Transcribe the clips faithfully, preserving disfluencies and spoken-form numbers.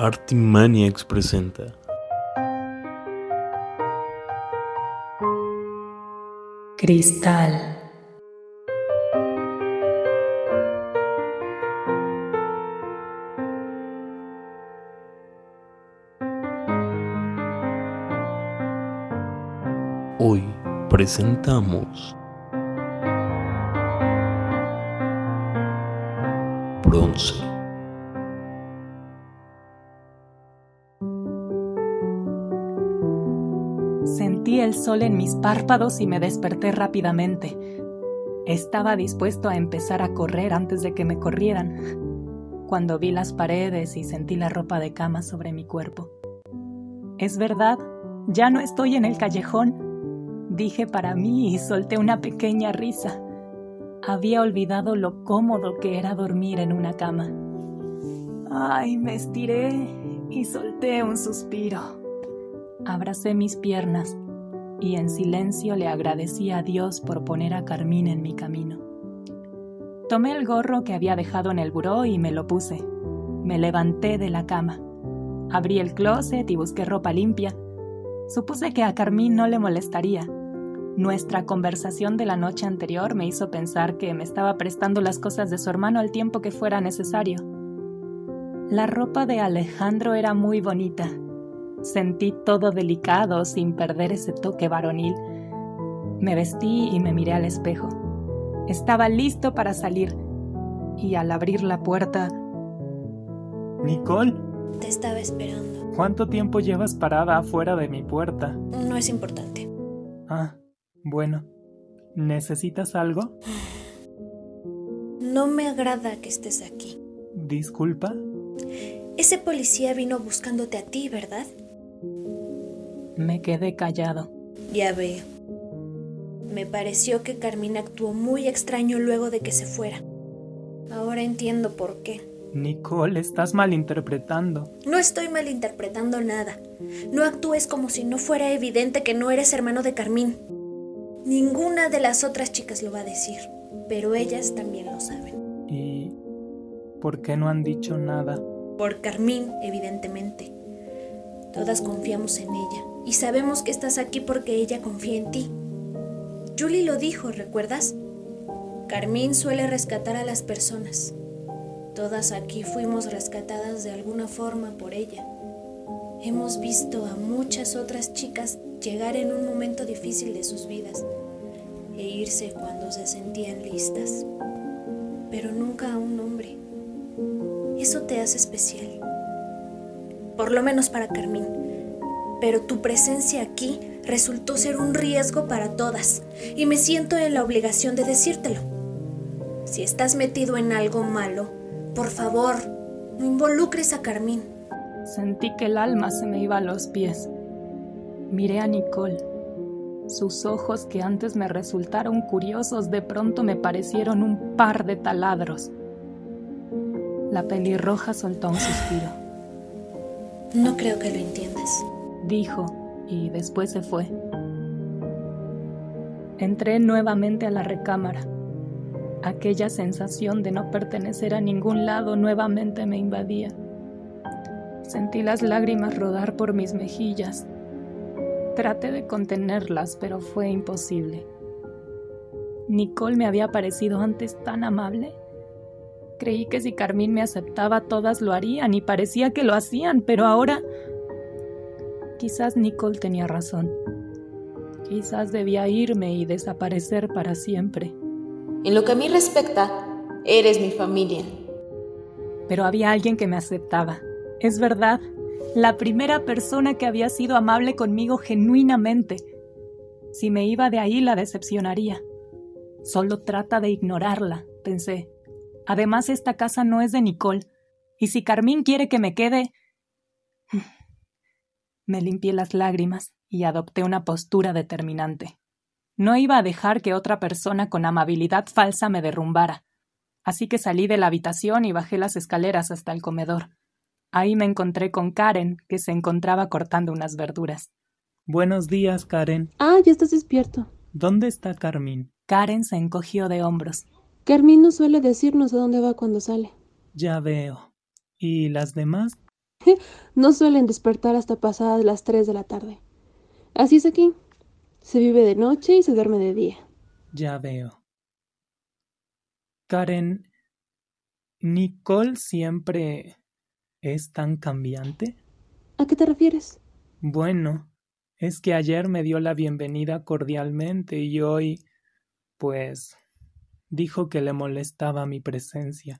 Artimaniacs presenta Cristal. Hoy presentamos Bronce. Sentí el sol en mis párpados y me desperté rápidamente. Estaba dispuesto a empezar a correr antes de que me corrieran, cuando vi las paredes y sentí la ropa de cama sobre mi cuerpo. Es verdad, ya no estoy en el callejón, dije para mí y solté una pequeña risa. Había olvidado lo cómodo que era dormir en una cama. Ay, me estiré y solté un suspiro. Abracé mis piernas y en silencio le agradecí a Dios por poner a Carmín en mi camino. Tomé el gorro que había dejado en el buró y me lo puse. Me levanté de la cama. Abrí el closet y busqué ropa limpia. Supuse que a Carmín no le molestaría. Nuestra conversación de la noche anterior me hizo pensar que me estaba prestando las cosas de su hermano al tiempo que fuera necesario. La ropa de Alejandro era muy bonita. Sentí todo delicado sin perder ese toque varonil. Me vestí y me miré al espejo. Estaba listo para salir. Y al abrir la puerta... Nicole, Te estaba esperando. ¿cuánto tiempo llevas parada afuera de mi puerta? No es importante. Ah, bueno. ¿Necesitas algo? No me agrada que estés aquí. ¿Disculpa? Ese policía vino buscándote a ti, ¿verdad? Me quedé callado. Ya veo. Me pareció que Carmín actuó muy extraño luego de que se fuera. Ahora entiendo por qué. Nicole, estás malinterpretando. No estoy malinterpretando nada. No actúes como si no fuera evidente que no eres hermano de Carmín. Ninguna de las otras chicas lo va a decir, pero ellas también lo saben. ¿Y por qué no han dicho nada? Por Carmín, evidentemente. Todas confiamos en ella y sabemos que estás aquí porque ella confía en ti. Julie lo dijo, ¿recuerdas? Carmín suele rescatar a las personas. Todas aquí fuimos rescatadas de alguna forma por ella. Hemos visto a muchas otras chicas llegar en un momento difícil de sus vidas e irse cuando se sentían listas, pero nunca a un hombre. Eso te hace especial, por lo menos para Carmín, pero tu presencia aquí resultó ser un riesgo para todas y me siento en la obligación de decírtelo. Si estás metido en algo malo, por favor, no involucres a Carmín. Sentí que el alma se me iba a los pies. Miré a Nicole. Sus ojos, que antes me resultaron curiosos, de pronto me parecieron un par de taladros. La pelirroja soltó un suspiro. No creo que lo entiendas, Dijo, y después se fue. Entré nuevamente a la recámara. Aquella sensación de no pertenecer a ningún lado nuevamente me invadía. Sentí las lágrimas rodar por mis mejillas. Traté de contenerlas, pero fue imposible. Nicole me había parecido antes tan amable. Creí que si Carmín me aceptaba, todas lo harían y parecía que lo hacían, pero ahora... Quizás Nicole tenía razón. Quizás debía irme y desaparecer para siempre. En lo que a mí respecta, eres mi familia. Pero había alguien que me aceptaba. Es verdad, la primera persona que había sido amable conmigo genuinamente. Si me iba de ahí, la decepcionaría. Solo trata de ignorarla, pensé. Además, esta casa no es de Nicole. Y si Carmín quiere que me quede... Me limpié las lágrimas y adopté una postura determinante. No iba a dejar que otra persona con amabilidad falsa me derrumbara. Así que salí de la habitación y bajé las escaleras hasta el comedor. Ahí me encontré con Karen, que se encontraba cortando unas verduras. Buenos días, Karen. Ah, ya estás despierto. ¿Dónde está Carmín? Karen se encogió de hombros. Carmín no suele decirnos a dónde va cuando sale. Ya veo. ¿Y las demás? No suelen despertar hasta pasadas las tres de la tarde. Así es aquí. Se vive de noche y se duerme de día. Ya veo. Karen, ¿Nicole siempre es tan cambiante? ¿A qué te refieres? Bueno, es que ayer me dio la bienvenida cordialmente y hoy, pues, dijo que le molestaba mi presencia.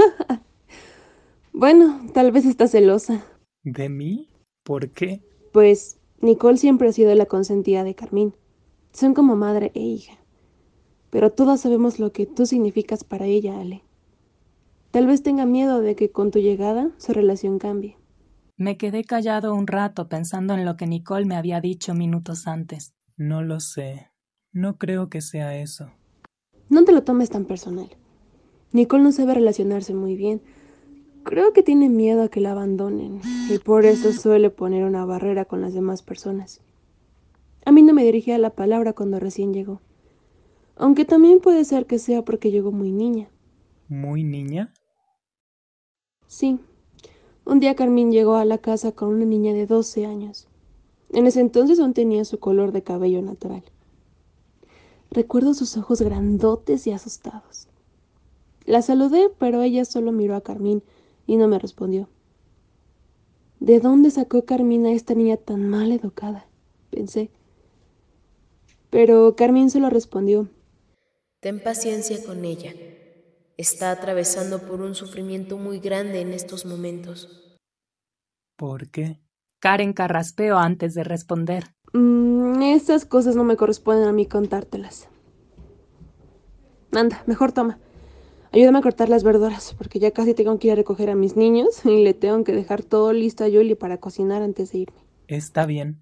Bueno, tal vez está celosa. ¿De mí? ¿Por qué? Pues Nicole siempre ha sido la consentida de Carmín. Son como madre e hija. Pero todas sabemos lo que tú significas para ella, Ale. Tal vez tenga miedo de que con tu llegada su relación cambie. Me quedé callado un rato pensando en lo que Nicole me había dicho minutos antes. No lo sé. No creo que sea eso. No te lo tomes tan personal. Nicole no sabe relacionarse muy bien. Creo que tiene miedo a que la abandonen y por eso suele poner una barrera con las demás personas. A mí no me dirigía la palabra cuando recién llegó. Aunque también puede ser que sea porque llegó muy niña. ¿Muy niña? Sí. Un día Carmín llegó a la casa con una niña de doce años. En ese entonces aún tenía su color de cabello natural. Recuerdo sus ojos grandotes y asustados. La saludé, pero ella solo miró a Carmín y no me respondió. ¿De dónde sacó Carmín a esta niña tan mal educada?, pensé. Pero Carmín solo respondió: Ten paciencia con ella. Está atravesando por un sufrimiento muy grande en estos momentos. ¿Por qué? Karen carraspeó antes de responder. Mmm, estas cosas no me corresponden a mí contártelas. Anda, mejor toma. Ayúdame a cortar las verduras, porque ya casi tengo que ir a recoger a mis niños y le tengo que dejar todo listo a Julie para cocinar antes de irme. Está bien.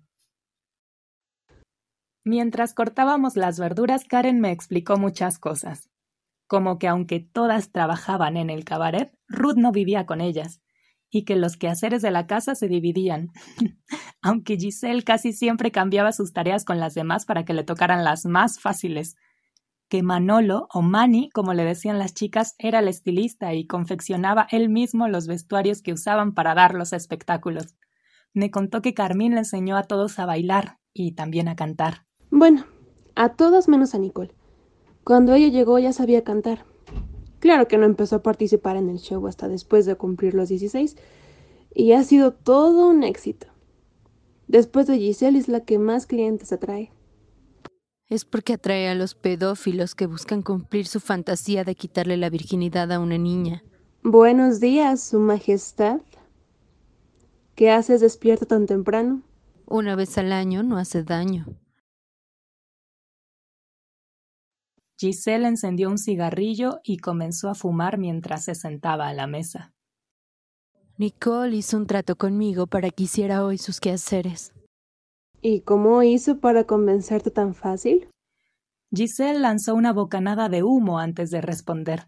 Mientras cortábamos las verduras, Karen me explicó muchas cosas. Como que aunque todas trabajaban en el cabaret, Ruth no vivía con ellas, y que los quehaceres de la casa se dividían. Aunque Giselle casi siempre cambiaba sus tareas con las demás para que le tocaran las más fáciles. Que Manolo, o Manny, como le decían las chicas, era el estilista y confeccionaba él mismo los vestuarios que usaban para dar los espectáculos. Me contó que Carmín le enseñó a todos a bailar y también a cantar. Bueno, a todas menos a Nicole. Cuando ella llegó ya sabía cantar. Claro que no empezó a participar en el show hasta después de cumplir los dieciséis, y ha sido todo un éxito. Después de Giselle es la que más clientes atrae. Es porque atrae a los pedófilos que buscan cumplir su fantasía de quitarle la virginidad a una niña. Buenos días, Su Majestad. ¿Qué haces despierto tan temprano? Una vez al año no hace daño. Giselle encendió un cigarrillo y comenzó a fumar mientras se sentaba a la mesa. Nicole hizo un trato conmigo para que hiciera hoy sus quehaceres. ¿Y cómo hizo para convencerte tan fácil? Giselle lanzó una bocanada de humo antes de responder.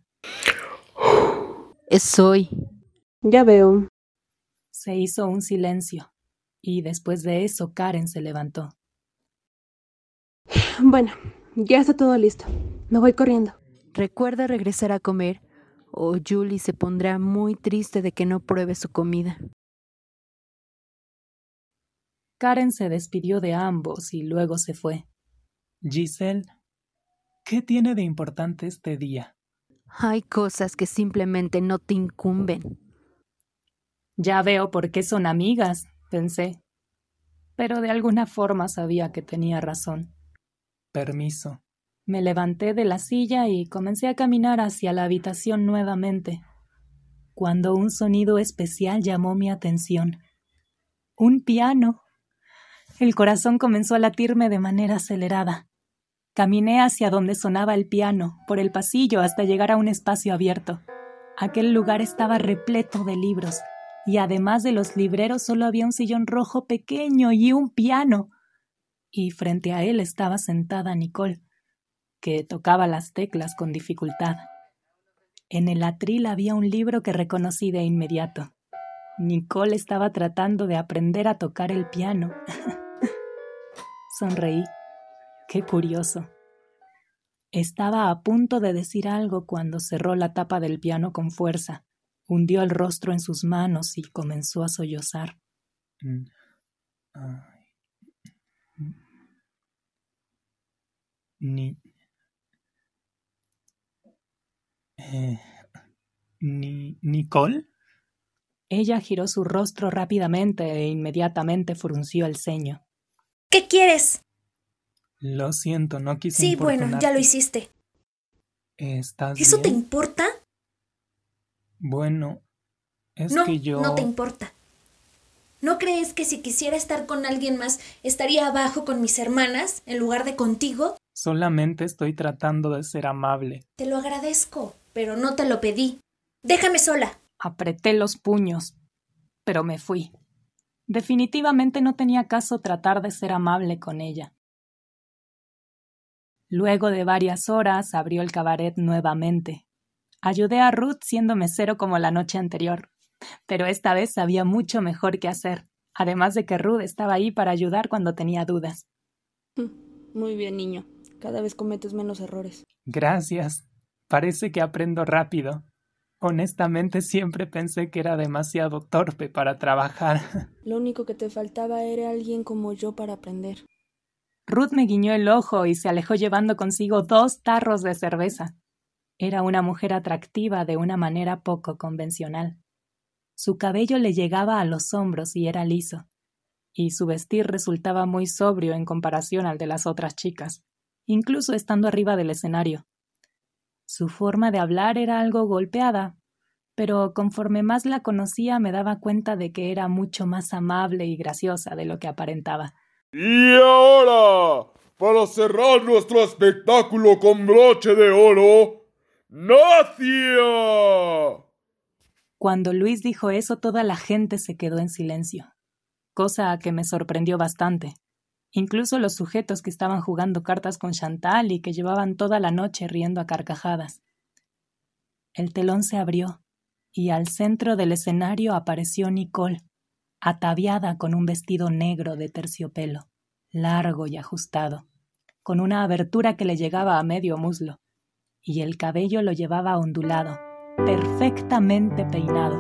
Es hoy. Ya veo. Se hizo un silencio, y después de eso Karen se levantó. Bueno, ya está todo listo. Me voy corriendo. Recuerda regresar a comer, o Julie se pondrá muy triste de que no pruebe su comida. Karen se despidió de ambos y luego se fue. Giselle, ¿qué tiene de importante este día? Hay cosas que simplemente no te incumben. Ya veo por qué son amigas, pensé. Pero de alguna forma sabía que tenía razón. Permiso. Me levanté de la silla y comencé a caminar hacia la habitación nuevamente, cuando un sonido especial llamó mi atención. ¡Un piano! El corazón comenzó a latirme de manera acelerada. Caminé hacia donde sonaba el piano, por el pasillo hasta llegar a un espacio abierto. Aquel lugar estaba repleto de libros, y además de los libreros solo había un sillón rojo pequeño y un piano. Y frente a él estaba sentada Nicole, que tocaba las teclas con dificultad. En el atril había un libro que reconocí de inmediato. Nicole estaba tratando de aprender a tocar el piano. Sonreí. Qué curioso. Estaba a punto de decir algo cuando cerró la tapa del piano con fuerza, Hundió el rostro en sus manos y comenzó a sollozar. Ni... Eh, ¿Ni... ¿Nicole? Ella giró su rostro rápidamente e inmediatamente frunció el ceño. ¿Qué quieres? Lo siento, no quise Sí, importunarte. bueno, ya lo hiciste. ¿Estás ¿Eso bien? te importa? Bueno, es no, que yo... No, te importa. ¿No crees que si quisiera estar con alguien más, estaría abajo con mis hermanas en lugar de contigo? Solamente estoy tratando de ser amable. Te lo agradezco, pero no te lo pedí. Déjame sola. Apreté los puños, pero me fui. Definitivamente no tenía caso tratar de ser amable con ella. Luego de varias horas abrió el cabaret nuevamente. Ayudé a Ruth siendo mesero como la noche anterior, pero esta vez sabía mucho mejor qué hacer, además de que Ruth estaba ahí para ayudar cuando tenía dudas. Muy bien, niño. Cada vez cometes menos errores. Gracias. Parece que aprendo rápido. Honestamente siempre pensé que era demasiado torpe para trabajar. Lo único que te faltaba era alguien como yo para aprender. Ruth me guiñó el ojo y se alejó llevando consigo dos tarros de cerveza. Era una mujer atractiva de una manera poco convencional. Su cabello le llegaba a los hombros y era liso, y su vestir resultaba muy sobrio en comparación al de las otras chicas, incluso estando arriba del escenario. Su forma de hablar era algo golpeada, pero conforme más la conocía me daba cuenta de que era mucho más amable y graciosa de lo que aparentaba. Y ahora, para cerrar nuestro espectáculo con broche de oro, ¡Nacia! Cuando Luis dijo eso, toda la gente se quedó en silencio, cosa que me sorprendió bastante. Incluso los sujetos que estaban jugando cartas con Chantal y que llevaban toda la noche riendo a carcajadas. El telón se abrió y al centro del escenario apareció Nicole, ataviada con un vestido negro de terciopelo, largo y ajustado, con una abertura que le llegaba a medio muslo, y el cabello lo llevaba ondulado, perfectamente peinado.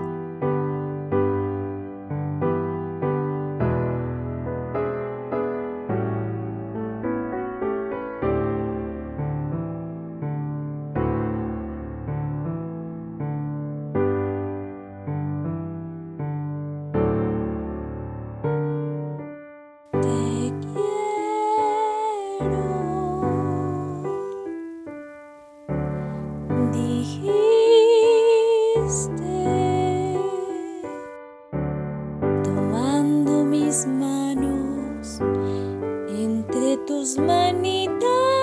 Manos entre tus manitas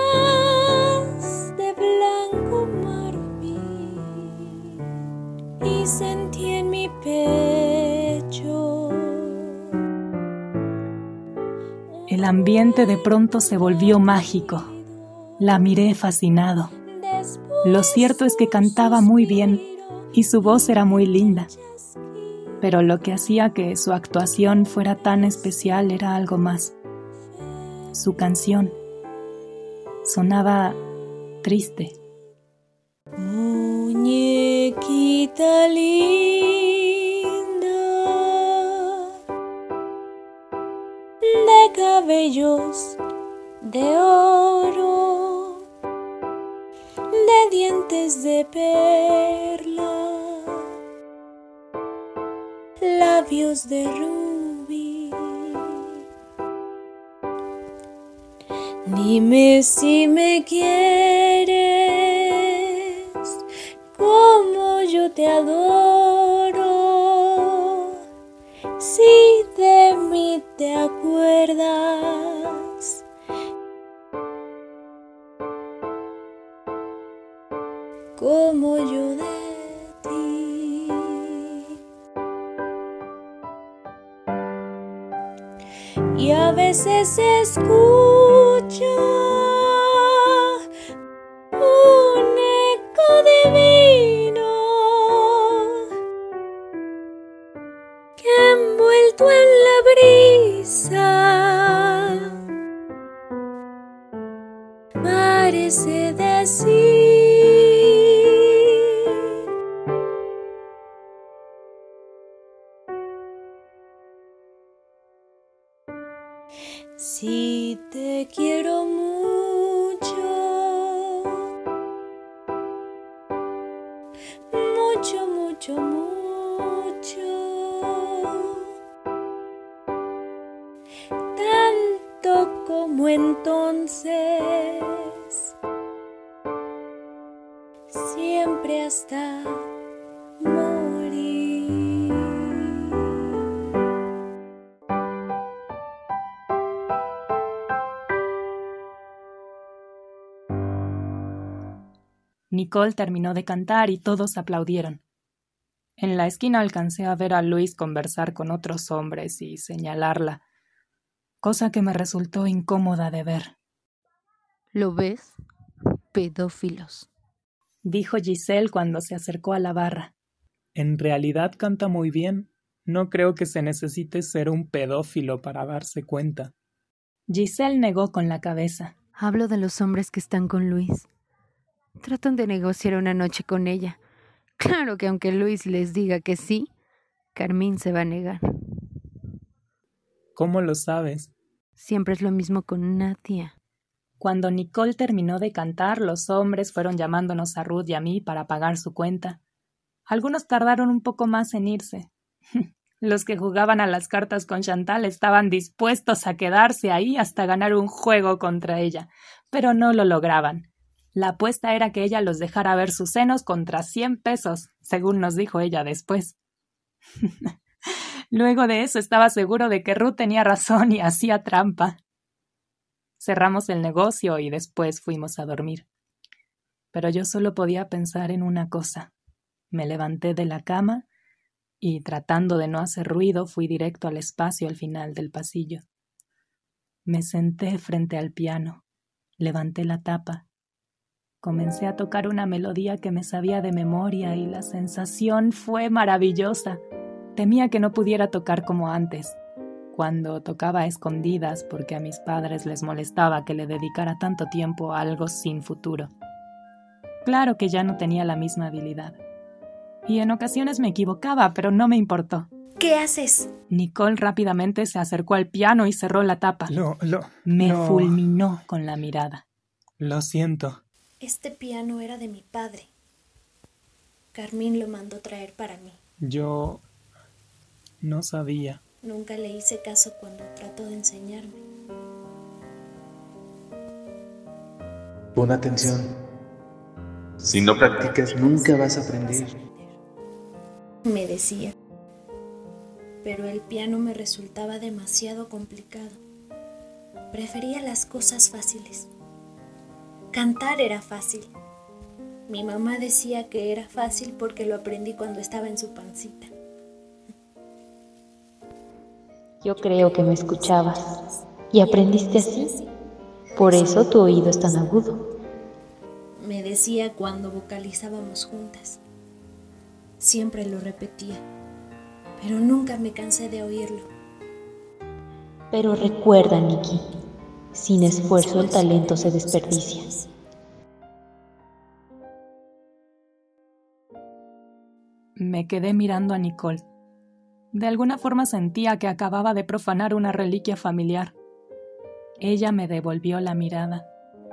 de blanco marfil y sentí en mi pecho. El ambiente de pronto se volvió mágico. La miré fascinado. Lo cierto es que cantaba muy bien y su voz era muy linda. Pero lo que hacía que su actuación fuera tan especial era algo más. Su canción sonaba triste. Muñequita linda, de cabellos de oro, de dientes de perla, labios de rubí. Dime si me quieres como yo te adoro, si de mí te acuerdas. Como yo de ti. Y a veces se escucha un eco divino que envuelto en la brisa parece decir: Si te quiero mucho, mucho, mucho, mucho, tanto como entonces, siempre hasta morir. Nicole terminó de cantar y todos aplaudieron. En la esquina alcancé a ver a Luis conversar con otros hombres y señalarla, cosa que me resultó incómoda de ver. ¿Lo ves? Pedófilos, dijo Giselle cuando se acercó a la barra. En realidad canta muy bien. No creo que se necesite ser un pedófilo para darse cuenta. Giselle negó con la cabeza. Hablo de los hombres que están con Luis. Tratan de negociar una noche con ella. Claro que aunque Luis les diga que sí, Carmín se va a negar. ¿Cómo lo sabes? Siempre es lo mismo con Nadia. Cuando Nicole terminó de cantar, los hombres fueron llamándonos a Ruth y a mí para pagar su cuenta. Algunos tardaron un poco más en irse. Los que jugaban a las cartas con Chantal estaban dispuestos a quedarse ahí hasta ganar un juego contra ella, pero no lo lograban. La apuesta era que ella los dejara ver sus senos contra cien pesos, según nos dijo ella después. Luego de eso estaba seguro de que Ruth tenía razón y hacía trampa. Cerramos el negocio y después fuimos a dormir. Pero yo solo podía pensar en una cosa. Me levanté de la cama y, tratando de no hacer ruido, fui directo al espacio al final del pasillo. Me senté frente al piano, levanté la tapa. Comencé a tocar una melodía que me sabía de memoria y la sensación fue maravillosa. Temía que no pudiera tocar como antes, cuando tocaba a escondidas porque a mis padres les molestaba que le dedicara tanto tiempo a algo sin futuro. Claro que ya no tenía la misma habilidad. Y en ocasiones me equivocaba, pero no me importó. ¿Qué haces? Nicole rápidamente se acercó al piano y cerró la tapa. Lo, lo, me no. fulminó con la mirada. Lo siento. Este piano era de mi padre. Carmín lo mandó traer para mí. Yo no sabía. Nunca le hice caso cuando trató de enseñarme. Pon atención. Si no practicas, nunca vas a aprender. Me decía. Pero el piano me resultaba demasiado complicado. Prefería las cosas fáciles. Cantar era fácil. Mi mamá decía que era fácil porque lo aprendí cuando estaba en su pancita. Yo creo que me escuchabas y aprendiste así. Por eso tu oído es tan agudo. Me decía cuando vocalizábamos juntas. Siempre lo repetía, pero nunca me cansé de oírlo. Pero recuerda, Nikki, sin esfuerzo el talento se desperdicia. Me quedé mirando a Nicole. De alguna forma sentía que acababa de profanar una reliquia familiar. Ella me devolvió la mirada.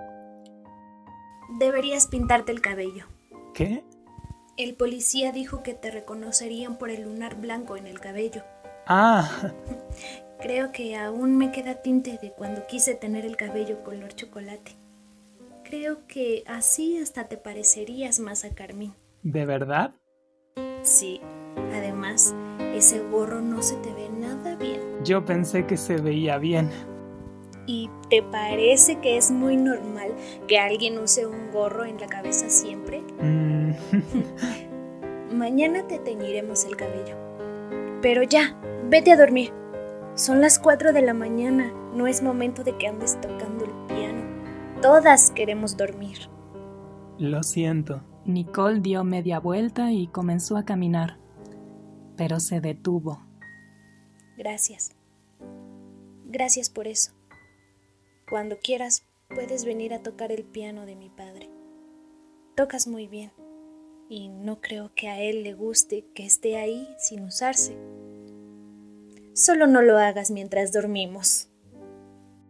Deberías pintarte el cabello. ¿Qué? El policía dijo que te reconocerían por el lunar blanco en el cabello. Ah. Creo que aún me queda tinte de cuando quise tener el cabello color chocolate. Creo que así hasta te parecerías más a Carmín. ¿De verdad? Sí, además, ese gorro no se te ve nada bien. Yo pensé que se veía bien. ¿Y te parece que es muy normal que alguien use un gorro en la cabeza siempre? Mm. Mañana te teñiremos el cabello. Pero ya, vete a dormir. Son las cuatro de la mañana, no es momento de que andes tocando el piano. Todas queremos dormir. Lo siento. Nicole dio media vuelta y comenzó a caminar, pero se detuvo. Gracias. Gracias por eso. Cuando quieras, puedes venir a tocar el piano de mi padre. Tocas muy bien, y no creo que a él le guste que esté ahí sin usarse. Solo no lo hagas mientras dormimos.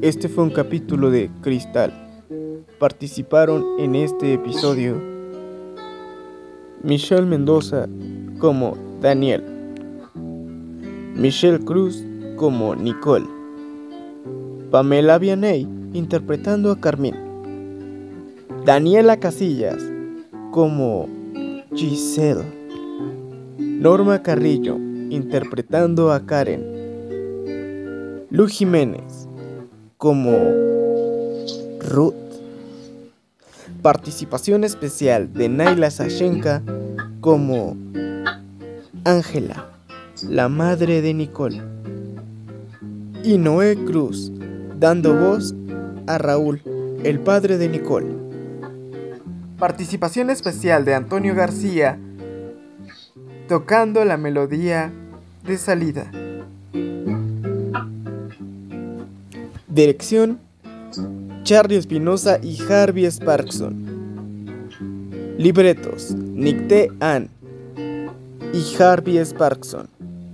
Este fue un capítulo de Cristal. Participaron en este episodio Michelle Mendoza como Daniel, Michelle Cruz como Nicole, Pamela Vianney interpretando a Carmín, Daniela Casillas como Giselle, Norma Carrillo interpretando a Karen, Lu Jiménez como Ruth. Participación especial de Naila Sashenka como Ángela, la madre de Nicole, y Noé Cruz dando voz a Raúl, el padre de Nicole. Participación especial de Antonio García tocando la melodía de salida. Dirección Charlie Espinosa y Harvey Sparkson. Libretos Nick T. Ann y Harvey Sparkson.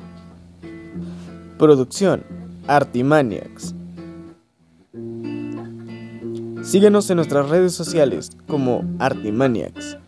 Producción Artimaniacs. Síguenos en nuestras redes sociales como Artimaniacs.